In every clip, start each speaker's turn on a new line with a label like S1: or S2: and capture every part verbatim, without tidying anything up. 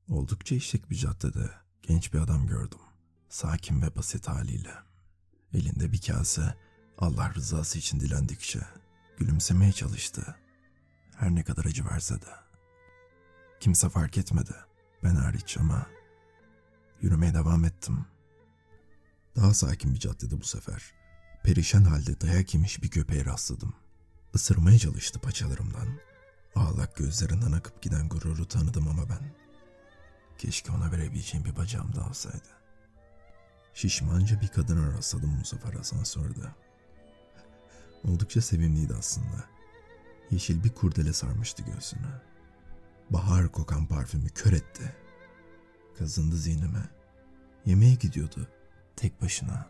S1: Oldukça işlek bir caddede genç bir adam gördüm. Sakin ve basit haliyle. Elinde bir kase, Allah rızası için dilendikçe gülümsemeye çalıştı. Her ne kadar acı verse de. Kimse fark etmedi, ben hariç, ama yürümeye devam ettim. Daha sakin bir caddede bu sefer perişan halde dayak yemiş bir köpeğe rastladım. Isırmaya çalıştı paçalarımdan. Ağlak gözlerinden akıp giden gururu tanıdım ama ben. Keşke ona verebileceğim bir bacağım da olsaydı. Şişmanca bir kadına rastladım bu sefer asansörde. Oldukça sevimliydi aslında. Yeşil bir kurdele sarmıştı göğsüne. Bahar kokan parfümü kör etti. Kazındı zihnime. Yemeğe gidiyordu, tek başına.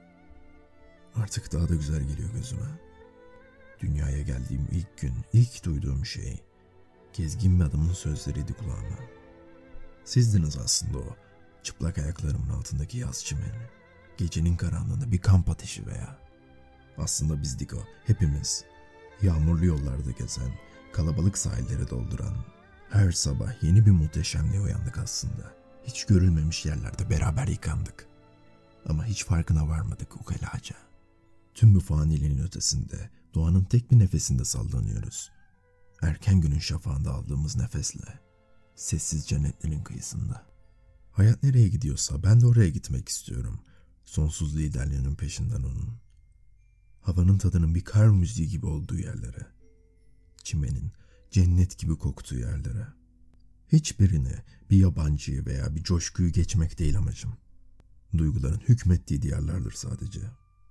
S1: Artık daha da güzel geliyor gözüme. Dünyaya geldiğim ilk gün, ilk duyduğum şey, gezgin bir adamın sözleriydi kulağıma. Sizdiniz aslında o, çıplak ayaklarımın altındaki yaz çimeni. Gecenin karanlığında bir kamp ateşi veya... Aslında bizdik o, hepimiz. Yağmurlu yollarda gezen, kalabalık sahilleri dolduran, her sabah yeni bir muhteşemliğe uyandık aslında. Hiç görülmemiş yerlerde beraber yıkandık. Ama hiç farkına varmadık ukalaca. Tüm bu faniliğin ötesinde, doğanın tek bir nefesinde sallanıyoruz. Erken günün şafağında aldığımız nefesle, sessiz cennetlerin kıyısında. Hayat nereye gidiyorsa ben de oraya gitmek istiyorum. Sonsuz liderliğinin peşinden onun. Havanın tadının bir kar müziği gibi olduğu yerlere. Çimenin cennet gibi koktuğu yerlere. Hiçbirini bir yabancıyı veya bir coşkuyu geçmek değil amacım. Duyguların hükmettiği diyarlardır sadece.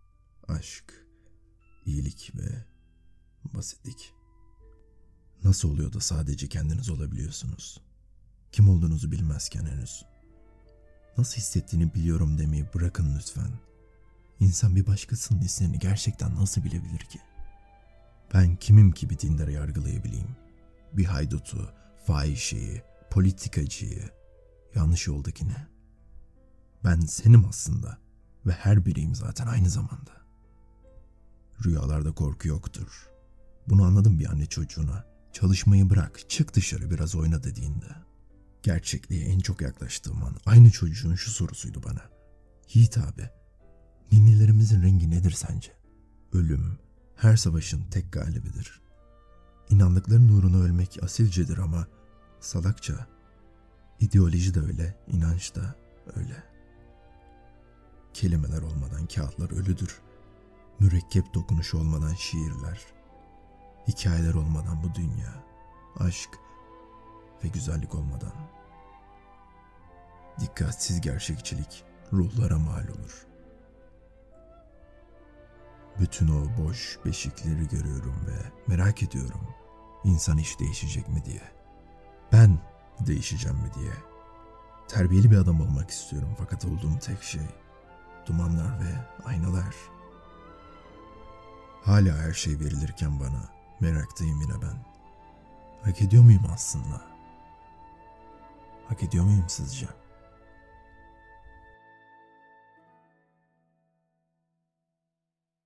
S1: Aşk, iyilik ve basitlik. Nasıl oluyor da sadece kendiniz olabiliyorsunuz? Kim olduğunuzu bilmezken henüz. Nasıl hissettiğini biliyorum demeyi bırakın lütfen. İnsan bir başkasının hislerini gerçekten nasıl bilebilir ki? Ben kimim ki bir dindara yargılayabileyim? Bir haydutu, fahişeyi, politikacıyı, yanlış yoldakini. Ben senim aslında ve her biriyim zaten aynı zamanda. Rüyalarda korku yoktur. Bunu anladım bir anne çocuğuna. Çalışmayı bırak, çık dışarı biraz oyna dediğinde. Gerçekliğe en çok yaklaştığım an aynı çocuğun şu sorusuydu bana. Yiğit abi, ninnilerimizin rengi nedir sence? Ölüm, her savaşın tek galibidir. İnandıkların uğruna ölmek asilcedir ama salakça. İdeoloji de öyle, inanç da öyle. Kelimeler olmadan kağıtlar ölüdür. Mürekkep dokunuşu olmadan şiirler. Hikayeler olmadan bu dünya, aşk ve güzellik olmadan. Dikkatsiz gerçekçilik ruhlara mal olur. Bütün o boş beşikleri görüyorum ve merak ediyorum. İnsan hiç değişecek mi diye. Ben değişeceğim mi diye. Terbiyeli bir adam olmak istiyorum fakat olduğum tek şey dumanlar ve aynalar. Hala her şey verilirken bana meraktayım yine ben. Hak ediyor muyum aslında? Hak ediyor muyum sizce?